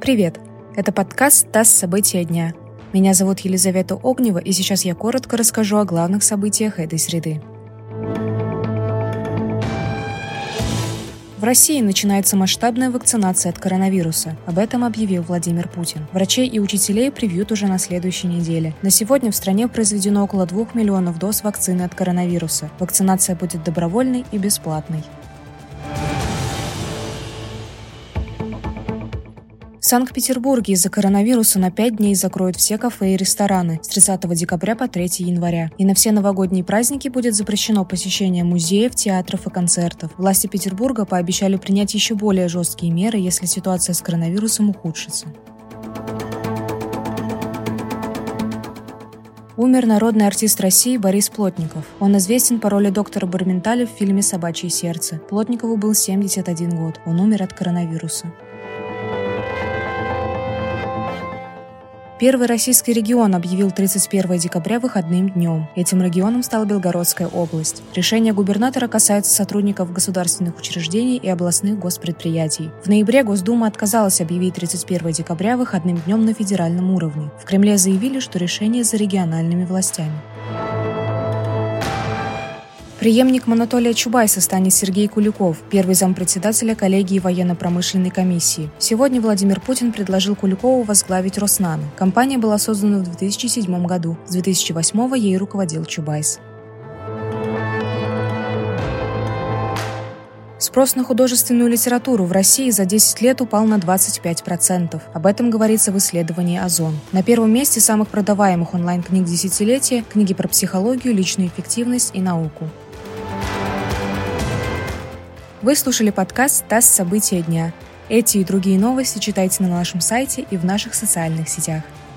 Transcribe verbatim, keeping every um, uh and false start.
Привет! Это подкаст «ТАСС. События дня». Меня зовут Елизавета Огнева, и сейчас я коротко расскажу о главных событиях этой среды. В России начинается масштабная вакцинация от коронавируса. Об этом объявил Владимир Путин. Врачей и учителей привьют уже на следующей неделе. На сегодня в стране произведено около двух миллионов доз вакцины от коронавируса. Вакцинация будет добровольной и бесплатной. В Санкт-Петербурге из-за коронавируса на пять дней закроют все кафе и рестораны с тридцатого декабря по третьего января. И на все новогодние праздники будет запрещено посещение музеев, театров и концертов. Власти Петербурга пообещали принять еще более жесткие меры, если ситуация с коронавирусом ухудшится. Умер народный артист России Борис Плотников. Он известен по роли доктора Барменталя в фильме «Собачье сердце». Плотникову был семьдесят один год. Он умер от коронавируса. Первый российский регион объявил тридцать первого декабря выходным днем. Этим регионом стала Белгородская область. Решение губернатора касается сотрудников государственных учреждений и областных госпредприятий. В ноябре Госдума отказалась объявить тридцать первого декабря выходным днем на федеральном уровне. В Кремле заявили, что решение за региональными властями. Преемником Анатолия Чубайса станет Сергей Куликов, первый зампредседателя коллегии военно-промышленной комиссии. Сегодня Владимир Путин предложил Куликову возглавить Роснано. Компания была создана в две тысячи седьмом году. С две тысячи восьмого ей руководил Чубайс. Спрос на художественную литературу в России за десять лет упал на двадцать пять процентов. Об этом говорится в исследовании Озон. На первом месте самых продаваемых онлайн-книг десятилетия – книги про психологию, личную эффективность и науку. Вы слушали подкаст «ТАСС. События дня». Эти и другие новости читайте на нашем сайте и в наших социальных сетях.